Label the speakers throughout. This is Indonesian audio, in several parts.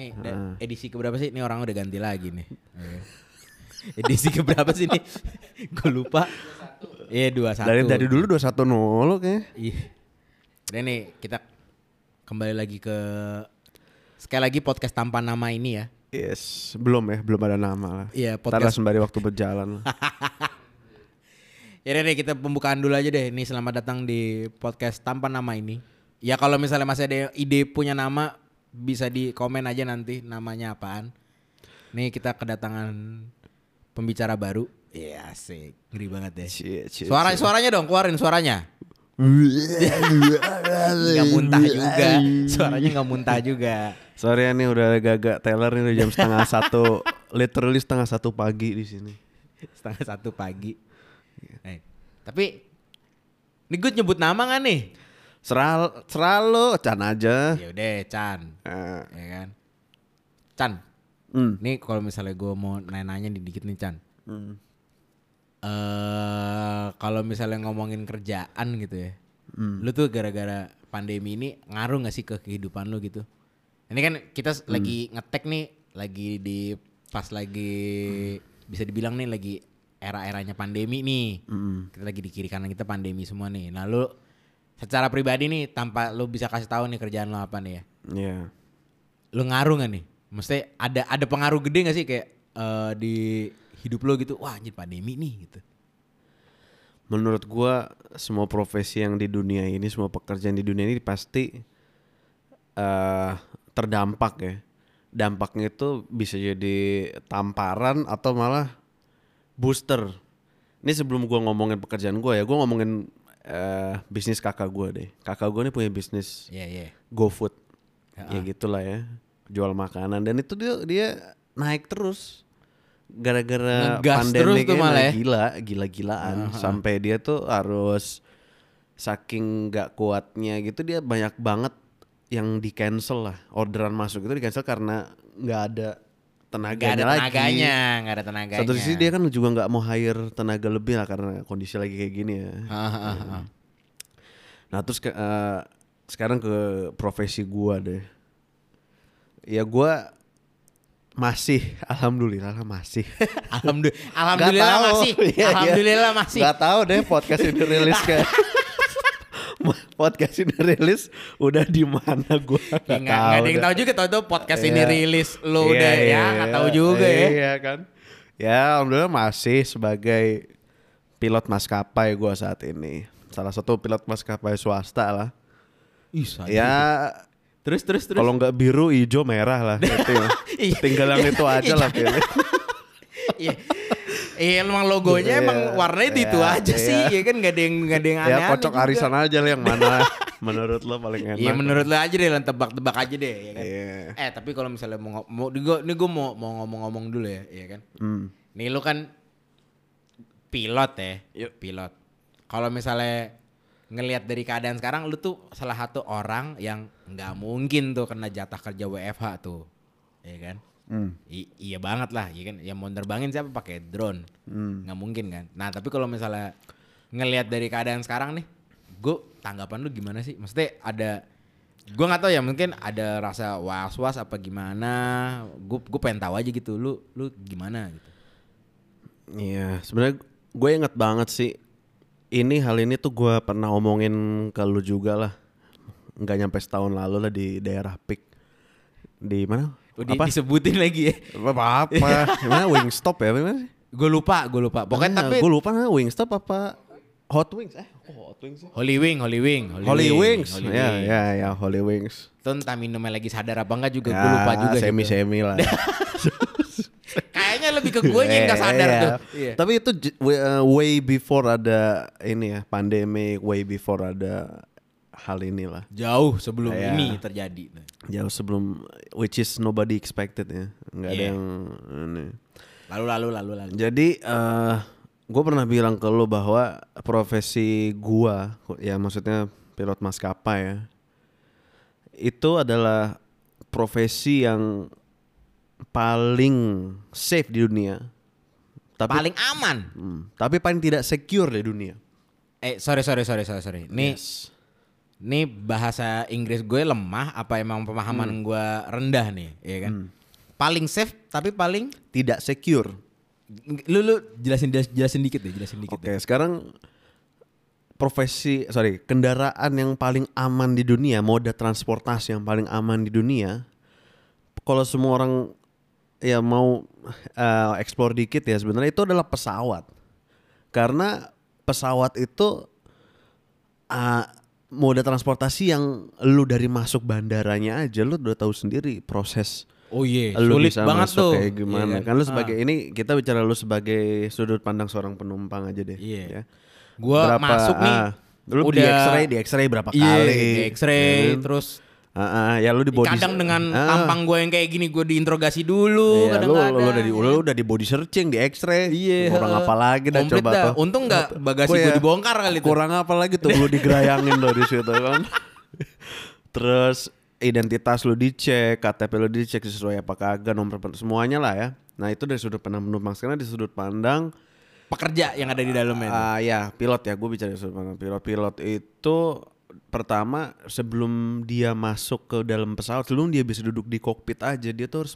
Speaker 1: Nih, edisi keberapa sih? Ini orang udah ganti lagi nih. Edisi keberapa sih nih? Gue lupa. Iya 21.
Speaker 2: Dari dulu 21 nol kayaknya.
Speaker 1: Iya. Udah nih kita kembali lagi ke sekali lagi podcast tanpa nama ini ya.
Speaker 2: Yes, belum ada nama lah.
Speaker 1: Iya,
Speaker 2: Podcast
Speaker 1: podcast.
Speaker 2: sembari waktu berjalan lah.
Speaker 1: Ya deh kita pembukaan dulu aja deh. Ini selamat datang di podcast tanpa nama ini. Ya kalau misalnya masih ada ide punya nama bisa di komen aja nanti namanya apaan. Nih kita kedatangan pembicara baru. Iya asik, ngeri banget deh. Suaranya dong, keluarin suaranya. Nggak muntah juga, suaranya nggak muntah juga.
Speaker 2: Sorry ya nih udah gagak Taylor nih udah jam 1:30, literally 1:30 pagi di sini.
Speaker 1: 1:30 pagi. Tapi ini gue nyebut nama nggak nih?
Speaker 2: Selalu Chan aja.
Speaker 1: Ya udah Chan, ya kan. Chan, nih kalau misalnya gue mau nanya dikit nih Chan. Kalau misalnya ngomongin kerjaan gitu ya, lu tuh gara-gara pandemi ini ngaruh nggak sih ke kehidupan lu gitu? Ini kan kita lagi ngetek nih, lagi di pas lagi bisa dibilang nih lagi era-eranya pandemi nih. Kita lagi di kiri kanan kita pandemi semua nih. Nah lu secara pribadi nih tanpa lu bisa kasih tahu nih kerjaan lu apa nih ya?
Speaker 2: Iya.
Speaker 1: Lu ngaruh nggak nih? Mesti ada pengaruh gede nggak sih kayak di hidup lo gitu? Wah anjir pandemi nih gitu.
Speaker 2: Menurut gua semua profesi yang di dunia ini, semua pekerjaan di dunia ini pasti terdampak ya. Dampaknya itu bisa jadi tamparan atau malah booster. Ini sebelum gua ngomongin pekerjaan gua ya, gua ngomongin bisnis kakak gua deh. Kakak gua nih punya bisnis GoFood. Ya gitulah ya. Jual makanan dan itu dia naik terus. Gara-gara pandemi gila-gilaan sampai dia tuh harus saking gak kuatnya gitu dia banyak banget yang di cancel lah, orderan masuk itu di cancel karena nggak ada tenaganya lagi.
Speaker 1: Nggak ada tenaganya.
Speaker 2: Satu sisi dia kan juga nggak mau hire tenaga lebih lah karena kondisi lagi kayak gini ya. Nah terus sekarang ke profesi gua deh. Ya gua masih, alhamdulillah masih.
Speaker 1: Alhamdulillah masih.
Speaker 2: Gak tahu deh podcast ini rilis kayak podcast ini rilis udah di mana gue nggak tahu.
Speaker 1: Nggak ada yang tahu juga tahu podcast ini rilis lo udah ya nggak tahu juga ya.
Speaker 2: Iya kan. Ya alhamdulillah masih sebagai pilot maskapai gue saat ini. Salah satu pilot maskapai swasta lah. Ya. Terus. Kalau nggak biru, hijau, merah lah. Gitu ya. Tinggal yang itu aja lah pilih.
Speaker 1: Iya emang logonya emang warnanya itu aja sih. Ya kan nggak ada yang aneh-aneh.
Speaker 2: Ya kocok arisan aja lah yang mana menurut lo paling enak.
Speaker 1: Iya menurut lo aja deh, tebak-tebak aja deh. Ya kan?
Speaker 2: Yeah.
Speaker 1: Tapi kalau misalnya gue mau ngomong-ngomong dulu ya, ya kan. Nih lo kan pilot ya, pilot. Kalau misalnya ngelihat dari keadaan sekarang, lu tuh salah satu orang yang nggak mungkin tuh kena jatah kerja WFH tuh, ya kan? Iya banget lah, ya kan? Yang mau nerbangin siapa pakai drone, nggak mungkin kan? Nah tapi kalau misalnya ngelihat dari keadaan sekarang nih, gue tanggapan lu gimana sih? Maksudnya gue nggak tahu ya, mungkin ada rasa was-was apa gimana? Gue pengen tahu aja gitu, lu gimana gitu?
Speaker 2: Iya, sebenarnya gue inget banget sih. Hal ini tuh gue pernah omongin ke lu juga lah. Nggak nyampe setahun lalu lah di daerah Pik. Di mana?
Speaker 1: Disebutin lagi ya?
Speaker 2: Apa? Gimana? Wingstop ya?
Speaker 1: Gue lupa. Pokoknya tapi
Speaker 2: gue lupa Wingstop apa Hot Wings? Hot Wings.
Speaker 1: Holy Wings.
Speaker 2: Ya, Holy Wings.
Speaker 1: Itu entah minumnya lagi sadar apa enggak juga, gue lupa juga.
Speaker 2: Semi lah.
Speaker 1: Kayaknya lebih ke gue yang nggak sadar tuh.
Speaker 2: Iya. Tapi itu way before ada ini ya pandemi, way before ada hal inilah.
Speaker 1: Jauh sebelum ini terjadi.
Speaker 2: Jauh sebelum, which is nobody expected ya, nggak ada yang ini.
Speaker 1: Lalu.
Speaker 2: Jadi gue pernah bilang ke lo bahwa profesi gue, ya maksudnya pilot maskapai ya, itu adalah profesi yang paling safe di dunia, tapi
Speaker 1: paling aman,
Speaker 2: tapi paling tidak secure di dunia.
Speaker 1: Sorry. Ini Nih bahasa Inggris gue lemah apa emang pemahaman gue rendah nih, ya kan? Paling safe tapi paling
Speaker 2: Tidak secure.
Speaker 1: lu jelasin dikit deh.
Speaker 2: Oke, sekarang kendaraan yang paling aman di dunia, moda transportasi yang paling aman di dunia. Kalau semua orang ya mau explore dikit ya, sebenarnya itu adalah pesawat. Karena pesawat itu moda transportasi yang lu dari masuk bandaranya aja lu udah tahu sendiri proses.
Speaker 1: Oh iya,
Speaker 2: Lu
Speaker 1: sulit
Speaker 2: bisa
Speaker 1: banget
Speaker 2: masuk
Speaker 1: tuh.
Speaker 2: kayak gimana?
Speaker 1: Iya
Speaker 2: Kan lu sebagai ini kita bicara lu sebagai sudut pandang seorang penumpang aja deh.
Speaker 1: Iya.
Speaker 2: Ya.
Speaker 1: Gua masuk nih.
Speaker 2: Lu
Speaker 1: udah
Speaker 2: di X-ray berapa
Speaker 1: iya,
Speaker 2: kali?
Speaker 1: di X-ray terus
Speaker 2: Ya lu di body
Speaker 1: kadang dengan tampang gue yang kayak gini gue diinterogasi dulu
Speaker 2: iya,
Speaker 1: kadang-kadang.
Speaker 2: lu udah di body searching di X-ray.
Speaker 1: Iya.
Speaker 2: Kurang apa lagi dah
Speaker 1: Komplit
Speaker 2: coba
Speaker 1: dah.
Speaker 2: tuh.
Speaker 1: Untung nggak bagasi gue dibongkar kali itu.
Speaker 2: Kurang apa lagi tuh lu digerayangin lo di situ kan. Terus identitas lu dicek, KTP lu dicek sesuai apa kagak, nomor semuanya lah ya. Nah itu dari sudut pandang penumpang. Sekarang di sudut pandang
Speaker 1: Pekerja yang ada di dalamnya.
Speaker 2: ya pilot ya, gue bicara sudut pandang pilot itu pertama sebelum dia masuk ke dalam pesawat, sebelum dia bisa duduk di kokpit aja, dia tuh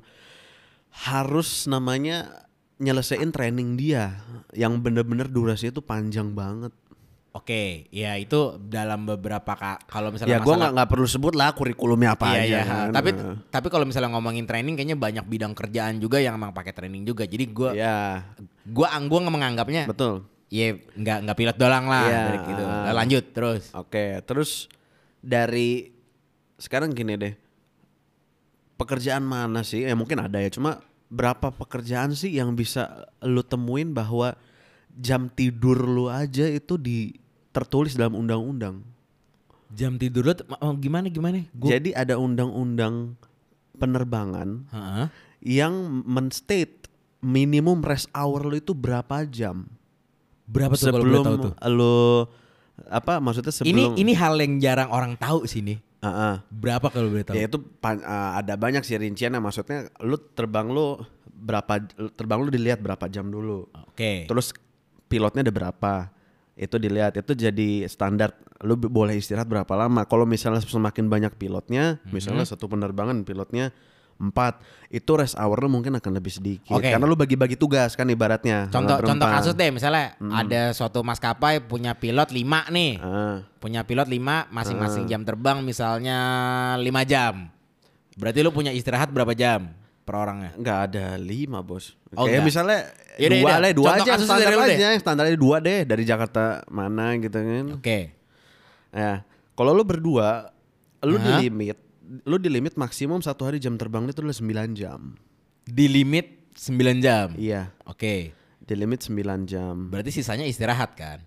Speaker 2: harus namanya nyelesain training dia yang bener-bener durasinya tuh panjang banget.
Speaker 1: Oke, ya itu dalam beberapa kalau misalnya
Speaker 2: Ya gue
Speaker 1: masalah
Speaker 2: nggak perlu sebut lah kurikulumnya apa aja.
Speaker 1: iya.
Speaker 2: Kan.
Speaker 1: Tapi kalau misalnya ngomongin training kayaknya banyak bidang kerjaan juga yang emang pakai training juga. Jadi gue nggak menganggapnya
Speaker 2: betul.
Speaker 1: ya nggak pilot doang lah dari gitu. Nah, lanjut terus.
Speaker 2: Oke, terus dari sekarang gini deh. Pekerjaan mana sih? Mungkin ada ya, cuma berapa pekerjaan sih yang bisa lu temuin bahwa jam tidur lu aja itu tertulis dalam undang-undang.
Speaker 1: Jam tidur lu gimana?
Speaker 2: Jadi ada undang-undang penerbangan yang menstate minimum rest hour lu itu berapa jam.
Speaker 1: Berapa tuh
Speaker 2: sebelum
Speaker 1: kalau boleh tahu tuh?
Speaker 2: lu maksudnya sebelum
Speaker 1: Ini hal yang jarang orang tahu sih nih. Berapa kalau boleh tahu?
Speaker 2: Ya itu ada banyak sih rinciannya, maksudnya lu terbang lu dilihat berapa jam dulu.
Speaker 1: Oke.
Speaker 2: Terus pilotnya ada berapa? Itu dilihat, itu jadi standar. Lu boleh istirahat berapa lama? Kalau misalnya semakin banyak pilotnya, misalnya satu penerbangan pilotnya 4, itu rest hour lu mungkin akan lebih sedikit. Karena lu bagi-bagi tugas kan ibaratnya.
Speaker 1: Contoh kasus deh, misalnya ada suatu maskapai punya pilot 5 nih. Punya pilot 5, masing-masing jam terbang misalnya 5 jam. Berarti lu punya istirahat berapa jam per orangnya?
Speaker 2: Enggak ada 5 bos.
Speaker 1: Kayak
Speaker 2: misalnya dua aja standar aja. Standarnya 2 deh dari Jakarta mana gitu kan.
Speaker 1: Oke.
Speaker 2: Ya, kalau lu berdua, lu di limit maksimum satu hari jam terbang itu adalah 9 jam.
Speaker 1: Di limit 9 jam?
Speaker 2: Iya.
Speaker 1: Oke.
Speaker 2: Di limit 9 jam.
Speaker 1: Berarti sisanya istirahat kan?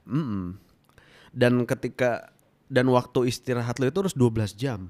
Speaker 2: Dan waktu istirahat lu itu harus 12 jam.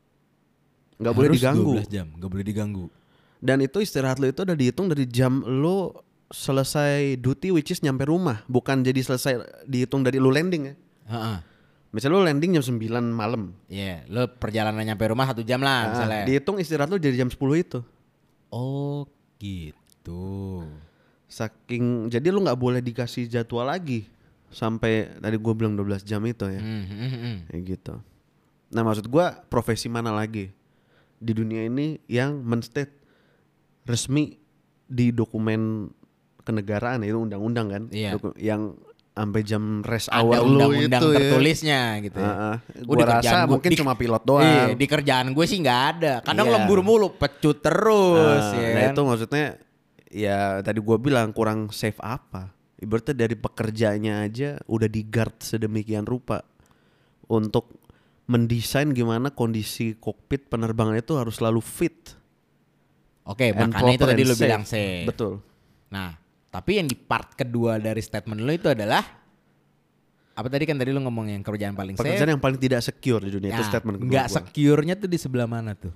Speaker 2: Gak boleh diganggu.
Speaker 1: 12 jam, gak boleh diganggu.
Speaker 2: Dan itu istirahat lu itu udah dihitung dari jam lu selesai duty, which is nyampe rumah. Bukan jadi selesai dihitung dari lu landing ya. Misalnya lu landing jam 9 malam.
Speaker 1: Iya, lu perjalanan nyampe rumah 1 jam lah misalnya.
Speaker 2: Dihitung istirahat lu dari jam 10 itu.
Speaker 1: Oh gitu.
Speaker 2: Jadi lu gak boleh dikasih jadwal lagi sampai tadi gue bilang 12 jam itu ya. Kayak gitu. Nah maksud gue profesi mana lagi di dunia ini yang menstate resmi di dokumen kenegaraan, itu undang-undang kan, yang sampai jam rest hour
Speaker 1: ada
Speaker 2: lu
Speaker 1: undang-undang
Speaker 2: itu
Speaker 1: tertulisnya ya. Gitu ya.
Speaker 2: Gua rasa mungkin cuma pilot doang.
Speaker 1: Iya, di kerjaan gue sih nggak ada. Kadang lembur mulu, pecut terus.
Speaker 2: Nah itu maksudnya ya tadi gue bilang kurang safe apa. Ibaratnya dari pekerjanya aja udah di guard sedemikian rupa untuk mendesain gimana kondisi kokpit penerbangan itu harus selalu fit.
Speaker 1: Oke, makanya itu tadi lu bilang safe.
Speaker 2: Betul.
Speaker 1: Nah, tapi yang di part kedua dari statement lu itu adalah apa tadi kan lu ngomong yang kerjaan paling safe.
Speaker 2: Pekerjaan yang paling tidak secure di dunia itu statement kedua.
Speaker 1: Enggak secure-nya tuh di sebelah mana tuh?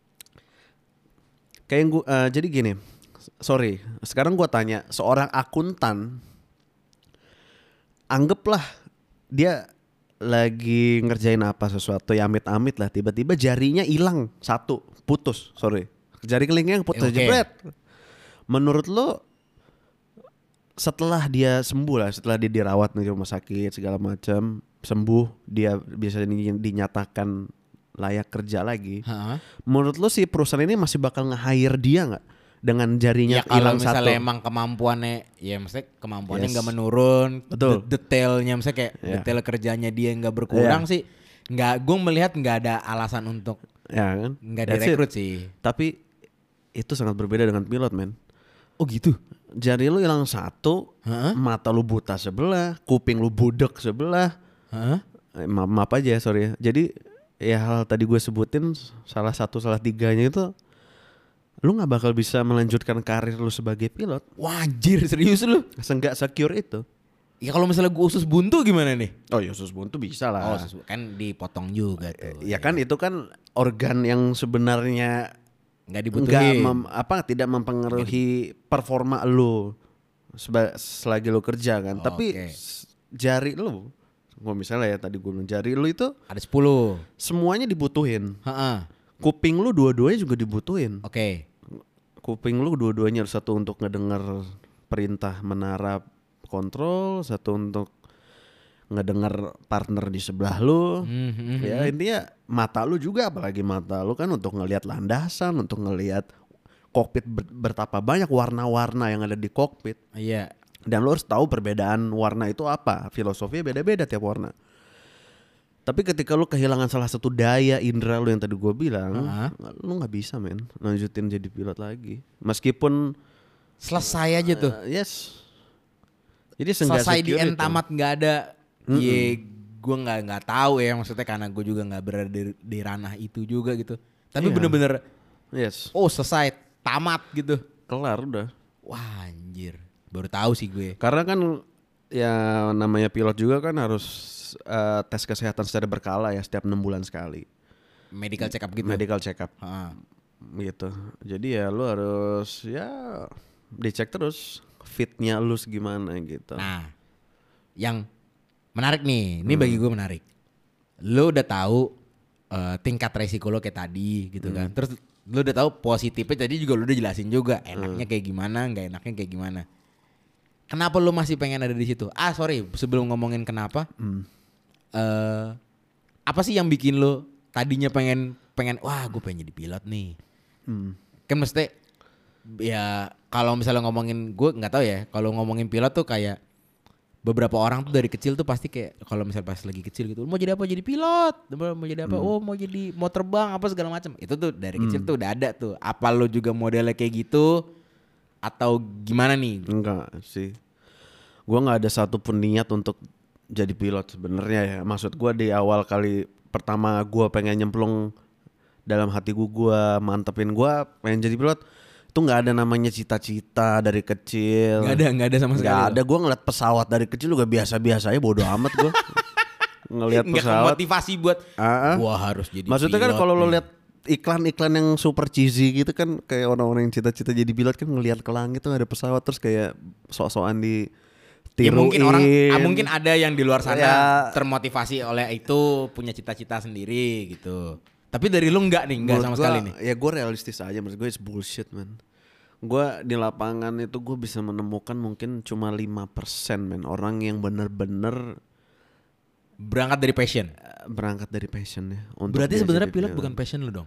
Speaker 2: Kayak jadi gini. Sorry, sekarang gua tanya, seorang akuntan anggaplah dia lagi ngerjain apa sesuatu ya amit-amit lah, tiba-tiba jarinya hilang satu, putus, jari kelingking putus, jebret. Menurut lo setelah dia sembuh lah, setelah dia dirawat di rumah sakit segala macam, sembuh, dia bisa dinyatakan layak kerja lagi.
Speaker 1: Heeh.
Speaker 2: Menurut lu si perusahaan ini masih bakal nge-hire dia nggak dengan jarinya
Speaker 1: Ya kalau
Speaker 2: hilang satu?
Speaker 1: misalnya emang kemampuannya, ya maksudnya kemampuannya
Speaker 2: Yes.
Speaker 1: nggak menurun,
Speaker 2: Betul.
Speaker 1: detailnya misalnya kayak detail kerjanya dia nggak berkurang sih, gue melihat nggak ada alasan untuk
Speaker 2: Ya kan?
Speaker 1: nggak
Speaker 2: That's
Speaker 1: direkrut
Speaker 2: it.
Speaker 1: sih.
Speaker 2: Tapi itu sangat berbeda dengan pilot, men.
Speaker 1: Oh gitu.
Speaker 2: Jari lu hilang satu, mata lu buta sebelah, kuping lu budek sebelah.
Speaker 1: Hah?
Speaker 2: Maaf aja sorry ya. Jadi ya hal tadi gue sebutin salah satu salah tiganya itu lu nggak bakal bisa melanjutkan karir lu sebagai pilot.
Speaker 1: Wah anjir, serius lu?
Speaker 2: Nggak secure itu.
Speaker 1: Ya kalau misalnya gue usus buntu gimana nih?
Speaker 2: Oh ya usus buntu bisa lah.
Speaker 1: Oh kan dipotong juga tuh.
Speaker 2: Ya kan itu kan organ yang sebenarnya
Speaker 1: Nggak dibutuhin.
Speaker 2: tidak mempengaruhi performa lu selagi lu kerja kan. Tapi jari lu, gua misalnya ya tadi gue bilang jari lu itu
Speaker 1: ada 10.
Speaker 2: semuanya dibutuhin.
Speaker 1: Heeh.
Speaker 2: Kuping lu dua-duanya juga dibutuhin.
Speaker 1: Oke.
Speaker 2: Kuping lu dua-duanya satu untuk ngedengar perintah menara kontrol, satu untuk ngedengar partner di sebelah lu. Ya intinya mata lu juga, apalagi mata lu kan untuk ngelihat landasan, untuk ngelihat kokpit betapa banyak warna-warna yang ada di kokpit.
Speaker 1: Iya.
Speaker 2: Dan lu harus tahu perbedaan warna itu apa. Filosofinya beda-beda tiap warna. Tapi ketika lu kehilangan salah satu daya indera lu yang tadi gue bilang, lu nggak bisa men lanjutin jadi pilot lagi. Meskipun
Speaker 1: selesai aja tuh.
Speaker 2: Yes. Jadi
Speaker 1: selesai di end tamat nggak ada. Iya, gue nggak tahu ya maksudnya karena gue juga nggak berada di ranah itu juga gitu. Tapi bener-bener, oh selesai tamat gitu,
Speaker 2: kelar udah.
Speaker 1: Wah anjir, baru tahu sih gue.
Speaker 2: Karena kan ya namanya pilot juga kan harus tes kesehatan secara berkala ya setiap 6 bulan sekali.
Speaker 1: Medical check up gitu.
Speaker 2: Medical check up. Gitu. Jadi ya lu harus ya dicek terus fitnya lu segimana gitu.
Speaker 1: Nah, yang menarik nih, ini bagi gue menarik. Lo udah tahu tingkat resiko lo kayak tadi gitu kan. Terus lo udah tahu positifnya tadi juga lo udah jelasin juga. Enaknya kayak gimana, nggak enaknya kayak gimana. Kenapa lo masih pengen ada di situ? Sorry, sebelum ngomongin kenapa, apa sih yang bikin lo tadinya pengen wah gue pengen jadi pilot nih. Kan mesti ya kalau misalnya ngomongin, gue nggak tahu ya. Kalau ngomongin pilot tuh kayak beberapa orang tuh dari kecil tuh pasti kayak kalau misalnya pas lagi kecil gitu mau jadi apa, jadi pilot, mau jadi apa, mau terbang apa segala macam. Itu tuh dari kecil tuh udah ada tuh. Apa lo juga modelnya kayak gitu atau gimana nih?
Speaker 2: Enggak sih, gua nggak ada satupun niat untuk jadi pilot sebenarnya ya. Maksud gua di awal kali pertama gua pengen nyemplung dalam hati gua mantepin gua pengen jadi pilot, itu nggak ada namanya cita-cita dari kecil.
Speaker 1: Nggak ada sama sekali.
Speaker 2: Nggak ada. Gue ngeliat pesawat dari kecil juga biasa-biasa aja, bodo amat gue. Ngeliat pesawat.
Speaker 1: Nggak motivasi buat gue harus jadi
Speaker 2: maksudnya
Speaker 1: pilot.
Speaker 2: Kan kalau lo lihat iklan-iklan yang super cheesy gitu kan, kayak orang-orang yang cita-cita jadi pilot kan ngeliat ke langit tuh ada pesawat terus kayak sok-sokan ditiruin.
Speaker 1: Ya mungkin ada yang di luar sana termotivasi oleh itu, punya cita-cita sendiri gitu. Tapi dari lu enggak sama sekali nih.
Speaker 2: Ya gue realistis aja, menurut gue it's bullshit man. Gue di lapangan itu gue bisa menemukan mungkin cuma 5% men orang yang bener-bener
Speaker 1: berangkat dari passion.
Speaker 2: Berangkat dari passion ya.
Speaker 1: Berarti sebenarnya pilot bukan passion lu dong?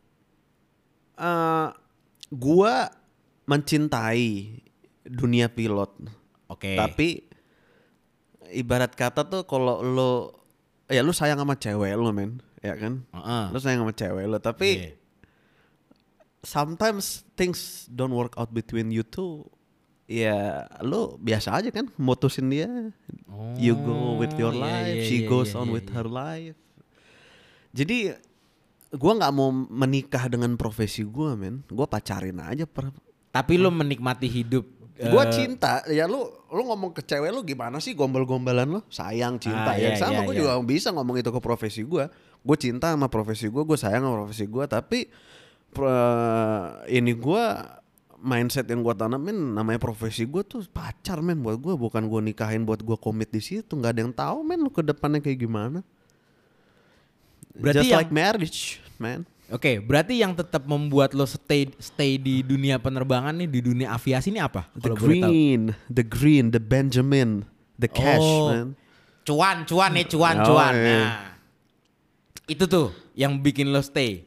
Speaker 2: Gue mencintai dunia pilot.
Speaker 1: Oke.
Speaker 2: Tapi ibarat kata tuh kalau lu sayang sama cewek lu men. Ya kan, lu sayang sama cewek lo, tapi sometimes things don't work out between you two. Ya lu biasa aja kan mutusin dia. You go with your life, she goes on with her life. Jadi gue nggak mau menikah dengan profesi gue men, gue pacarin aja.
Speaker 1: Tapi lu menikmati hidup.
Speaker 2: Gue cinta, ya lu ngomong ke cewek lu gimana sih gombal-gombalan lu, sayang cinta ya sama gue juga bisa ngomong itu ke profesi gue. Gue cinta sama profesi gue sayang sama profesi gue, tapi ini gue mindset yang gue tanamin namanya profesi gue tuh pacar men buat gue, bukan gue nikahin buat gue komit di situ. Nggak ada yang tahu men lu ke depannya kayak gimana. Berarti just like marriage man.
Speaker 1: Oke, berarti yang tetap membuat lo stay di dunia penerbangan nih, di dunia aviasi ini apa?
Speaker 2: The green, the Benjamin, the cash man.
Speaker 1: Cuan nih, cuan.
Speaker 2: Iya.
Speaker 1: Nah, itu tuh yang bikin lo stay.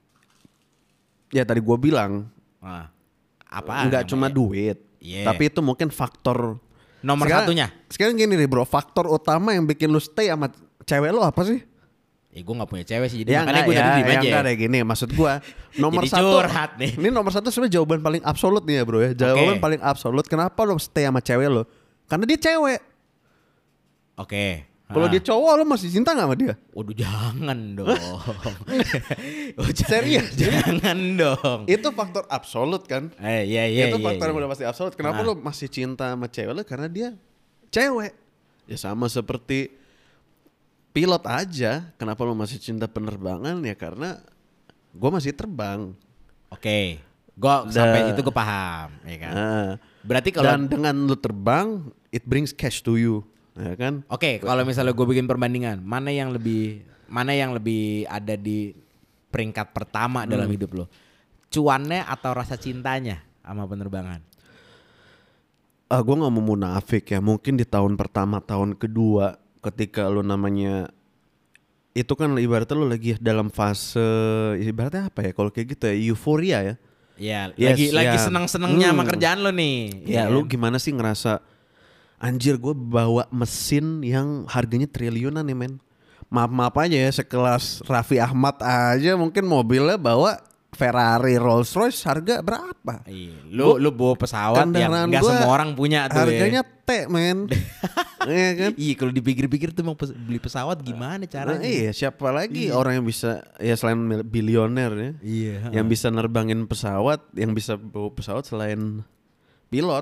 Speaker 2: Ya tadi gue bilang
Speaker 1: Nah, apa?
Speaker 2: nggak cuma duit, tapi itu mungkin faktor
Speaker 1: nomor satunya.
Speaker 2: Sekarang gini nih bro, faktor utama yang bikin lu stay sama cewek lu apa sih?
Speaker 1: Gue gak punya cewek sih, jadi
Speaker 2: Ya
Speaker 1: makanya gue tadi diem aja.
Speaker 2: Enggak kayak gini, maksud gue nomor
Speaker 1: Jadi
Speaker 2: satu.
Speaker 1: curhat nih.
Speaker 2: Ini nomor satu sebenarnya jawaban paling absolut nih ya bro ya. Jawaban paling absolut. Kenapa lo stay sama cewek lo? Karena dia cewek.
Speaker 1: Oke.
Speaker 2: Kalau dia cowok lo masih cinta gak sama dia?
Speaker 1: Waduh jangan dong.
Speaker 2: Serius?
Speaker 1: Jangan dong.
Speaker 2: Itu faktor absolut kan?
Speaker 1: Iya.
Speaker 2: Itu faktor yang udah pasti absolut. Kenapa lo masih cinta sama cewek lo? Karena dia cewek. Ya sama seperti pilot aja. Kenapa lo masih cinta penerbangan? Ya karena gue masih terbang.
Speaker 1: Oke. Gue sampai itu gue paham, ya kan. Berarti kalau
Speaker 2: dan dengan lo terbang, it brings cash to you. Ya kan?
Speaker 1: Oke, kalau misalnya gue bikin perbandingan, mana yang lebih ada di peringkat pertama dalam hidup lo? Cuannya atau rasa cintanya sama penerbangan?
Speaker 2: Gue nggak mau munafik ya. Mungkin di tahun pertama, tahun kedua, ketika lo namanya itu kan ibaratnya lo lagi dalam fase ibaratnya apa ya? Kalau kayak gitu ya, euforia ya.
Speaker 1: Iya, lagi senang-senangnya sama kerjaan lo nih.
Speaker 2: Ya, lo gimana sih ngerasa? Anjir gue bawa mesin yang harganya triliunan nih men. Maaf aja ya, sekelas Raffi Ahmad aja mungkin mobilnya bawa Ferrari Rolls Royce harga berapa?
Speaker 1: Iya. Lu bawa pesawat yang gak semua orang punya tuh.
Speaker 2: Harganya T men. Iya kan?
Speaker 1: Iya, kalau dipikir-pikir tuh mau beli pesawat gimana caranya?
Speaker 2: Iya, siapa lagi orang yang bisa ya selain bilioner ya.
Speaker 1: Iya.
Speaker 2: Yang bisa nerbangin pesawat, yang bisa bawa pesawat selain pilot.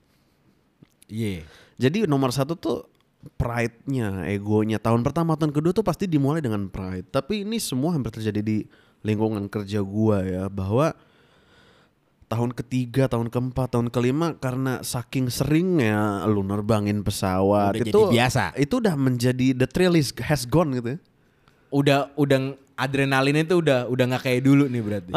Speaker 1: Iya.
Speaker 2: Jadi nomor satu tuh pride-nya, egonya. Tahun pertama, tahun kedua tuh pasti dimulai dengan pride. Tapi ini semua hampir terjadi di lingkungan kerja gua ya. Bahwa tahun ketiga, tahun keempat, tahun kelima karena saking seringnya lu nerbangin pesawat
Speaker 1: udah
Speaker 2: itu
Speaker 1: jadi biasa.
Speaker 2: Itu udah menjadi the thrill has gone gitu ya.
Speaker 1: Udah adrenalinnya tuh udah nggak kayak dulu nih berarti.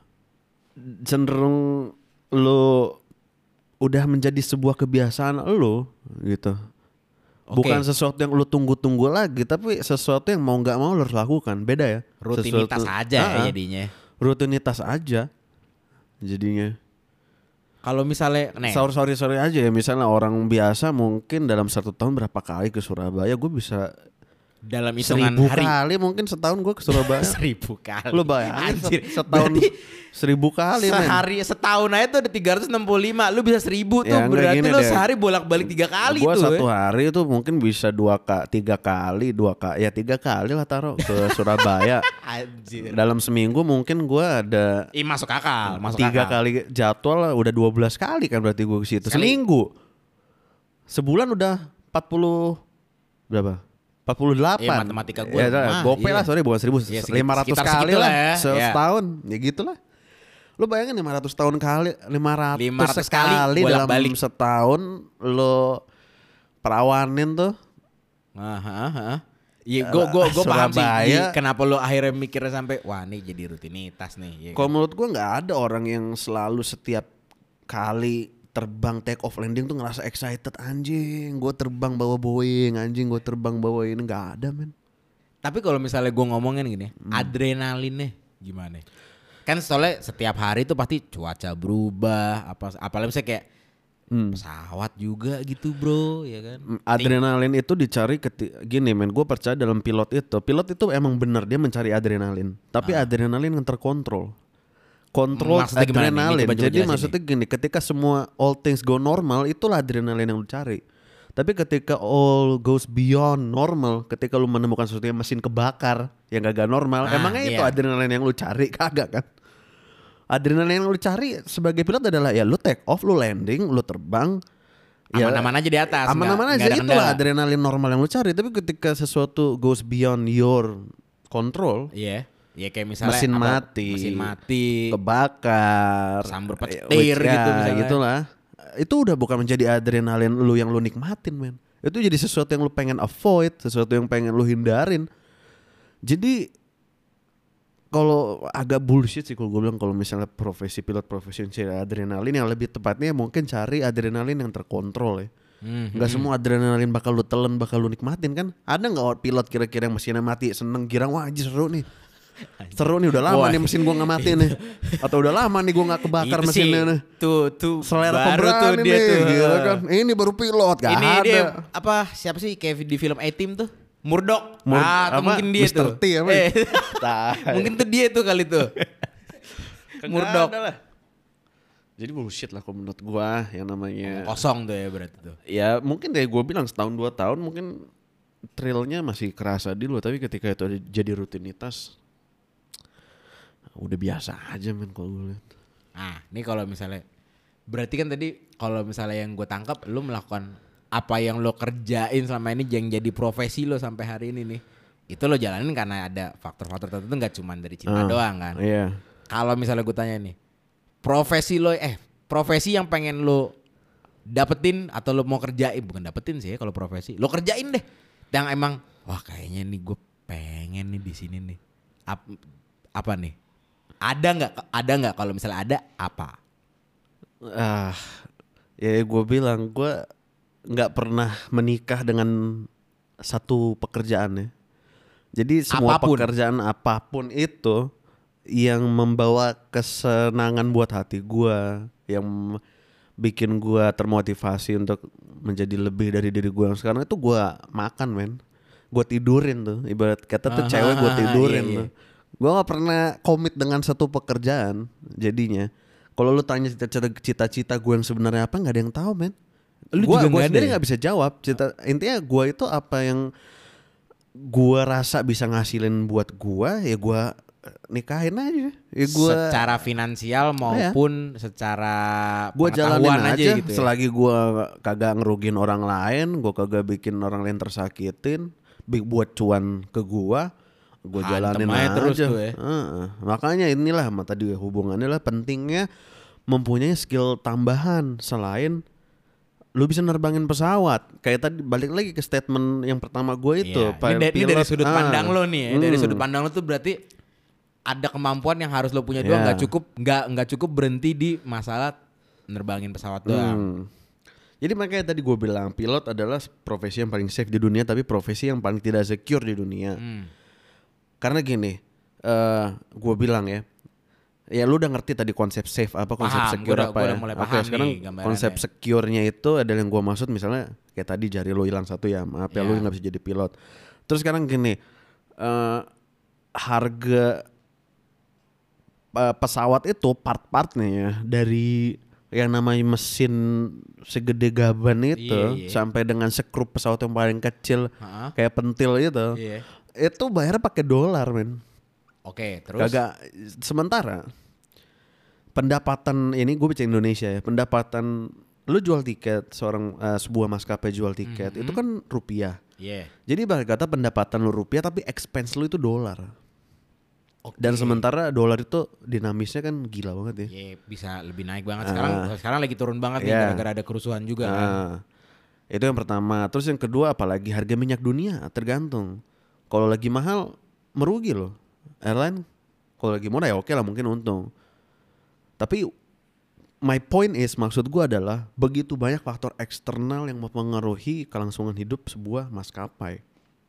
Speaker 2: Cenderung lu udah menjadi sebuah kebiasaan lo gitu. Bukan sesuatu yang lu tunggu-tunggu lagi, tapi sesuatu yang mau nggak mau lu harus lakukan. Beda ya.
Speaker 1: Rutinitas aja ya jadinya.
Speaker 2: Rutinitas aja jadinya.
Speaker 1: Kalau misalnya
Speaker 2: sorry aja ya, misalnya orang biasa mungkin dalam 1 tahun berapa kali ke Surabaya, gue bisa
Speaker 1: dalam hitungan
Speaker 2: 1000
Speaker 1: hari.
Speaker 2: kali mungkin setahun gue ke Surabaya.
Speaker 1: 1000 kali.
Speaker 2: Lu bayangin setahun
Speaker 1: berarti
Speaker 2: 1000 kali
Speaker 1: sehari men. Setahun aja tuh ada 365. Lu bisa 1000 tuh
Speaker 2: ya,
Speaker 1: berarti lu
Speaker 2: deh.
Speaker 1: sehari bolak-balik 3 kali
Speaker 2: gua
Speaker 1: tuh.
Speaker 2: Gua 1 hari tuh mungkin bisa 3 kali, 3 kali lah taruh ke Surabaya.
Speaker 1: Anjir.
Speaker 2: Dalam seminggu mungkin gua ada
Speaker 1: masuk akal,
Speaker 2: 3 kali jadwal, udah 12 kali kan berarti gua ke situ. Seminggu. Sebulan udah 40 berapa? 48.
Speaker 1: Iya, matematika gue.
Speaker 2: Ya, gope lah, sorry bukan 1000, 500 kali lah
Speaker 1: ya.
Speaker 2: setahun. Ya gitulah. Lu bayangin 500 kali dalam
Speaker 1: balik
Speaker 2: setahun lu perawanin tuh.
Speaker 1: Iya, gue paham sih kenapa lu akhirnya mikirnya sampai wah nih jadi rutinitas nih. Ya,
Speaker 2: kalau menurut gue nggak ada orang yang selalu setiap kali terbang take off landing tuh ngerasa excited, anjing gue terbang bawa Boeing, anjing gue terbang bawa ini, nggak ada men.
Speaker 1: Tapi kalau misalnya gue ngomongin gini, adrenalinnya gimana? Kan soalnya setiap hari tuh pasti cuaca berubah, apalagi misalnya kayak pesawat juga gitu bro, ya kan?
Speaker 2: Adrenalin itu dicari gini men, gue percaya dalam pilot itu emang benar dia mencari adrenalin, tapi adrenalin yang terkontrol. Kontrol adrenalin. Jadi maksudnya gini, ketika semua all things go normal, itulah adrenalin yang lu cari. Tapi ketika all goes beyond normal, ketika lu menemukan sesuatu yang mesin kebakar yang gak normal, emangnya itu adrenalin yang lu cari? Kagak kan? Adrenalin yang lu cari sebagai pilot adalah ya lu take off, lu landing, lu terbang,
Speaker 1: aman-aman aja di atas.
Speaker 2: Aman-aman aja, itulah adrenalin normal yang lu cari. Tapi ketika sesuatu goes beyond your control,
Speaker 1: ya kayak misalnya mesin mati,
Speaker 2: kebakar,
Speaker 1: sambar petir gitu misalnya.
Speaker 2: Gitulah. Itu udah bukan menjadi adrenalin lu yang lu nikmatin men. Itu jadi sesuatu yang lu pengen avoid, sesuatu yang pengen lu hindarin. Jadi kalau agak bullshit sih kalau gue bilang kalau misalnya profesi pilot profesi cari adrenalin, yang lebih tepatnya mungkin cari adrenalin yang terkontrol ya. Nggak semua adrenalin bakal lu telan, bakal lu nikmatin kan. Ada nggak pilot kira-kira yang mesinnya mati seneng girang, wah anjir seru nih. Seru nih, udah lama nih mesin gua nggak mati nih. Atau udah lama nih gua nggak kebakar
Speaker 1: itu
Speaker 2: mesinnya nih.
Speaker 1: Tuh
Speaker 2: Selera
Speaker 1: baru tuh
Speaker 2: pemberani
Speaker 1: dia
Speaker 2: nih,
Speaker 1: tuh.
Speaker 2: gitu kan. Ini baru pilot, gak
Speaker 1: Ini
Speaker 2: ada.
Speaker 1: dia apa siapa sih kayak di film A-Team tuh? Murdoch. Atau
Speaker 2: apa?
Speaker 1: mungkin dia
Speaker 2: Mr.
Speaker 1: tuh.
Speaker 2: T apa?
Speaker 1: Mungkin tuh dia tuh kali tuh. Murdoch.
Speaker 2: Jadi bullshit lah kalau menurut gua yang namanya.
Speaker 1: Kosong tuh ya berarti tuh.
Speaker 2: Ya mungkin deh gue bilang setahun 2 tahun mungkin thrillnya masih kerasa di lu, tapi ketika itu jadi rutinitas udah biasa aja men kalau gue lihat.
Speaker 1: Nah, ini kalau misalnya berarti kan tadi kalau misalnya yang gue tangkap lu melakukan apa yang lo kerjain selama ini yang jadi profesi lo sampai hari ini nih. Itu lo jalanin karena ada faktor-faktor tertentu, nggak cuma dari cinta doang kan.
Speaker 2: Iya.
Speaker 1: Kalau misalnya gue tanya nih, profesi yang pengen lo dapetin atau lo mau kerjain, bukan dapetin sih ya kalau profesi, lo kerjain deh. Yang emang wah kayaknya nih gue pengen nih di sini nih. Apa nih? Ada nggak kalau misalnya ada apa?
Speaker 2: Ya gue bilang gue nggak pernah menikah dengan satu pekerjaan ya. Jadi semua pekerjaan apapun itu yang membawa kesenangan buat hati gue, yang bikin gue termotivasi untuk menjadi lebih dari diri gue yang sekarang, itu gue makan men. Gue tidurin tuh, ibarat kata tuh cewek gue tidurin tuh. Gue gak pernah komit dengan satu pekerjaan jadinya. Kalau lu tanya cita-cita gue yang sebenarnya apa, nggak ada yang tahu men. Gue sendiri nggak bisa jawab. Intinya gue itu apa yang gue rasa bisa ngasilin buat gue, ya gue nikahin aja. Ya gua,
Speaker 1: secara finansial maupun secara
Speaker 2: gue jalanin aja
Speaker 1: gitu ya?
Speaker 2: Selagi gue kagak ngerugin orang lain, gue kagak bikin orang lain tersakitin, buat cuan ke gue jalanin aja
Speaker 1: terus tuh ya.
Speaker 2: Makanya inilah tadi hubungannya lah pentingnya mempunyai skill tambahan selain lu bisa nerbangin pesawat. Kayak tadi balik lagi ke statement yang pertama gue itu.
Speaker 1: Ini dari sudut pandang lo nih ya. Dari sudut pandang lo tuh berarti ada kemampuan yang harus lo punya doang, nggak cukup berhenti di masalah nerbangin pesawat doang.
Speaker 2: Jadi makanya tadi gue bilang pilot adalah profesi yang paling safe di dunia, tapi profesi yang paling tidak secure di dunia. Karena gini, gue bilang ya lu udah ngerti tadi konsep safe apa, konsep secure apa ya. Oke, sekarang konsep secure-nya itu adalah yang gue maksud, misalnya kayak tadi jari lu hilang satu ya, maaf ya lu nggak bisa jadi pilot. Terus sekarang gini, harga pesawat itu part-partnya ya, dari yang namanya mesin segede gaban itu sampai dengan skrup pesawat yang paling kecil kayak pentil itu. Itu bayar pakai dolar men.
Speaker 1: Oke, terus
Speaker 2: sementara pendapatan ini gue bicara Indonesia ya, pendapatan lu jual tiket, sebuah maskapai jual tiket itu kan rupiah. Jadi ibarat kata pendapatan lu rupiah tapi expense lu itu dolar. Dan sementara dolar itu dinamisnya kan gila banget ya.
Speaker 1: Bisa lebih naik banget sekarang lagi turun banget nih gara-gara ada kerusuhan juga kan.
Speaker 2: Itu yang pertama. Terus yang kedua, apalagi harga minyak dunia tergantung. Kalau lagi mahal merugi loh. Airline kalau lagi murah ya oke lah mungkin untung. Tapi my point is, maksud gue adalah begitu banyak faktor eksternal yang mempengaruhi kelangsungan hidup sebuah maskapai.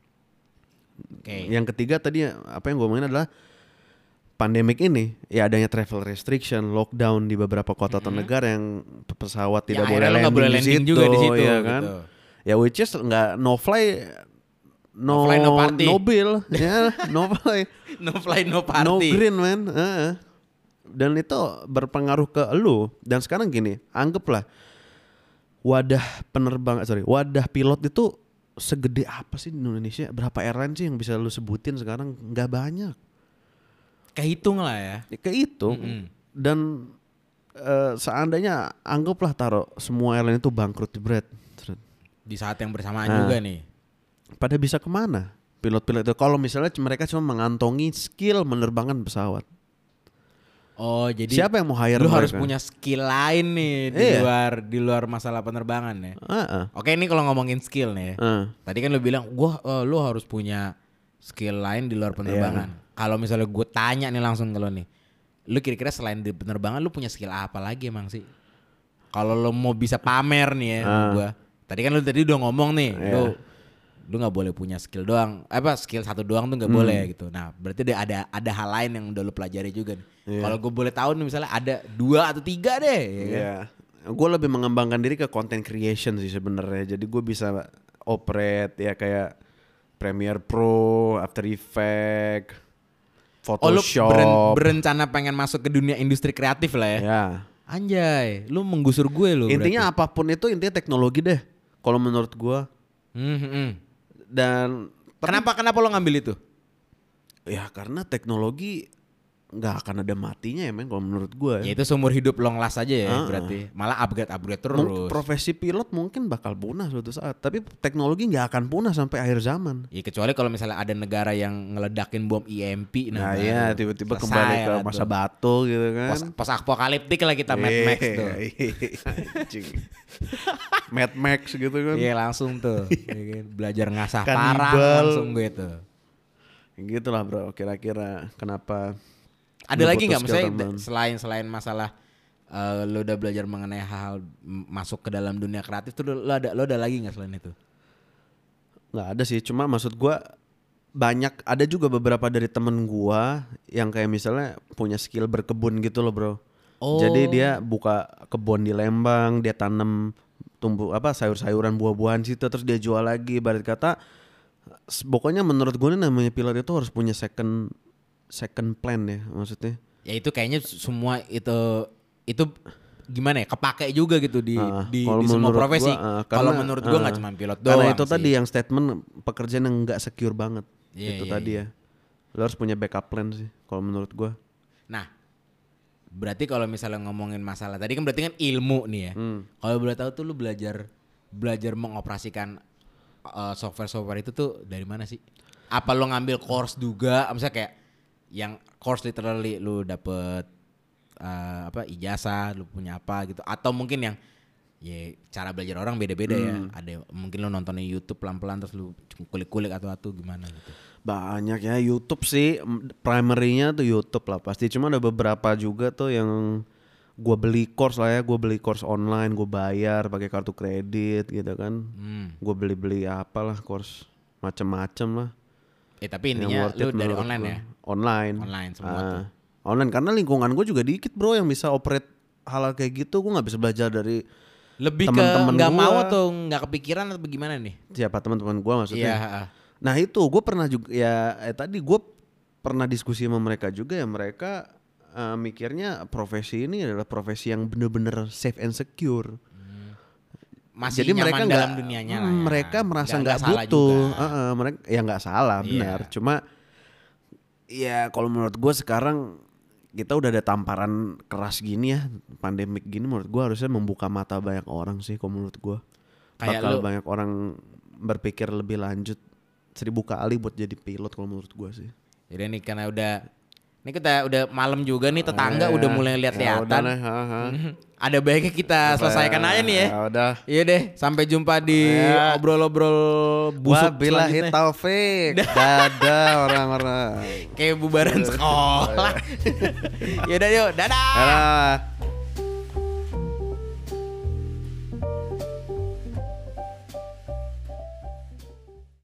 Speaker 2: Yang ketiga tadi apa yang gue ngomongin adalah pandemik ini, ya adanya travel restriction, lockdown di beberapa kota atau negara yang pesawat tidak boleh landing juga di situ ya kan. Gitu. Ya which is no fly no party. No bill, ya, no fly.
Speaker 1: No fly no party.
Speaker 2: No green man. Dan itu berpengaruh ke lu. Dan sekarang gini, anggaplah wadah pilot itu segede apa sih di Indonesia? Berapa airline sih yang bisa lu sebutin sekarang? Nggak banyak.
Speaker 1: Kehitung lah ya.
Speaker 2: Kehitung. Dan seandainya anggaplah taruh semua airline itu bangkrut jebret.
Speaker 1: Di saat yang bersamaan juga nih.
Speaker 2: Pada bisa kemana pilot-pilot itu? Kalau misalnya mereka cuma mengantongi skill menerbangkan pesawat.
Speaker 1: Oh jadi
Speaker 2: siapa yang mau hire
Speaker 1: lu
Speaker 2: mereka?
Speaker 1: Harus punya skill lain nih di luar masalah penerbangan ya. Oke, ini kalau ngomongin skill nih. Tadi kan lu bilang lu harus punya skill lain di luar penerbangan. Kalau misalnya gue tanya nih langsung ke lu nih, lu kira-kira selain di penerbangan lu punya skill apa lagi emang sih? Kalau lu mau bisa pamer nih ya gue, tadi kan lu udah ngomong nih, lu nggak boleh punya skill doang, skill satu doang tuh nggak boleh gitu. Nah berarti ada hal lain yang udah lu pelajari juga nih. Kalau gue boleh tahu nih misalnya ada 2 atau 3 deh.
Speaker 2: Gue lebih mengembangkan diri ke content creation sih sebenarnya. Jadi gue bisa operate ya kayak Premiere Pro, After Effects, Photoshop.
Speaker 1: Lu berencana pengen masuk ke dunia industri kreatif lah ya. Anjay, lu menggusur gue lu.
Speaker 2: Intinya berarti. Apapun itu intinya teknologi deh. Kalau menurut gue. Dan
Speaker 1: kenapa lo ngambil itu?
Speaker 2: Ya karena teknologi nggak akan ada matinya ya men kalau menurut gue.
Speaker 1: Ya itu seumur hidup long last aja ya berarti. Malah upgrade terus.
Speaker 2: Profesi pilot mungkin bakal punah suatu saat, tapi teknologi nggak akan punah sampai akhir zaman.
Speaker 1: Ya kecuali kalau misalnya ada negara yang ngeledakin bom EMP.
Speaker 2: Nah ya tiba-tiba kembali ke masa batu gitu kan.
Speaker 1: Pos apokaliptik lah kita Mad Max tuh.
Speaker 2: Mad Max gitu kan.
Speaker 1: Iya langsung tuh. Belajar ngasah parang langsung gitu.
Speaker 2: Gitulah bro, kira-kira kenapa.
Speaker 1: Ada lagi nggak misalnya selain masalah lo udah belajar mengenai hal masuk ke dalam dunia kreatif tuh lo ada lagi nggak selain itu?
Speaker 2: Nggak ada sih, cuma maksud gue ada juga beberapa dari temen gue yang kayak misalnya punya skill berkebun gitu loh bro. Jadi dia buka kebun di Lembang, dia tanam sayur-sayuran buah-buahan situ terus dia jual lagi. Ibarat kata pokoknya menurut gue nih namanya pilot itu harus punya second plan ya maksudnya. Ya
Speaker 1: itu kayaknya semua itu gimana ya kepake juga gitu di semua profesi. Kalau menurut gua nggak cuma pilot doang.
Speaker 2: Karena itu sih. Tadi yang statement pekerjaan yang nggak secure banget. Tadi ya. Lo harus punya backup plan sih kalau menurut gua. Nah,
Speaker 1: berarti kalau misalnya ngomongin masalah tadi kan berarti kan ilmu nih ya. Kalau boleh tahu tuh lu belajar mengoperasikan software itu tuh dari mana sih? Apa lo ngambil course juga? Misalnya kayak yang course literally lu dapet ijazah, lu punya apa gitu, atau mungkin yang ya cara belajar orang beda-beda ya. Ada mungkin lu nontonnya YouTube pelan-pelan terus lu kulik-kulik atau gimana gitu.
Speaker 2: Banyak ya YouTube sih, primary-nya tuh YouTube lah pasti. Cuma ada beberapa juga tuh yang gua beli course lah ya, gua beli course online, gua bayar pakai kartu kredit gitu kan. Gua beli apalah course macem-macem lah.
Speaker 1: Tapi intinya lu dari online ya?
Speaker 2: Online
Speaker 1: semua tuh.
Speaker 2: Online karena lingkungan gue juga dikit bro yang bisa operate hal kayak gitu. Gue gak bisa belajar dari
Speaker 1: lebih temen-temen ke gak mau atau gak kepikiran atau bagaimana nih?
Speaker 2: Siapa teman-teman gue maksudnya? Nah itu gue pernah juga tadi gue pernah diskusi sama mereka juga ya. Mereka mikirnya profesi ini adalah profesi yang bener-bener safe and secure.
Speaker 1: Masih
Speaker 2: jadi mereka nggak
Speaker 1: dalam dunianya lah ya.
Speaker 2: Mereka merasa nggak butuh. Mereka ya nggak salah benar. Cuma ya kalau menurut gue sekarang kita udah ada tamparan keras gini ya, pandemik gini, menurut gue harusnya membuka mata banyak orang sih. Kalau menurut gue bakal banyak orang berpikir lebih lanjut 1000 kali buat jadi pilot kalau menurut gue sih.
Speaker 1: Jadi ini karena kita udah malam juga nih, tetangga udah mulai lihat-lihatan. Ada baiknya kita selesaikan aja nih ya.
Speaker 2: Udah.
Speaker 1: Iya deh, sampai jumpa di obrol-obrol busuk
Speaker 2: selanjutnya. Wabillahi taufik. Dadah orang-orang.
Speaker 1: Kayak bubaran sekolah. Yaudah yuk, dadah.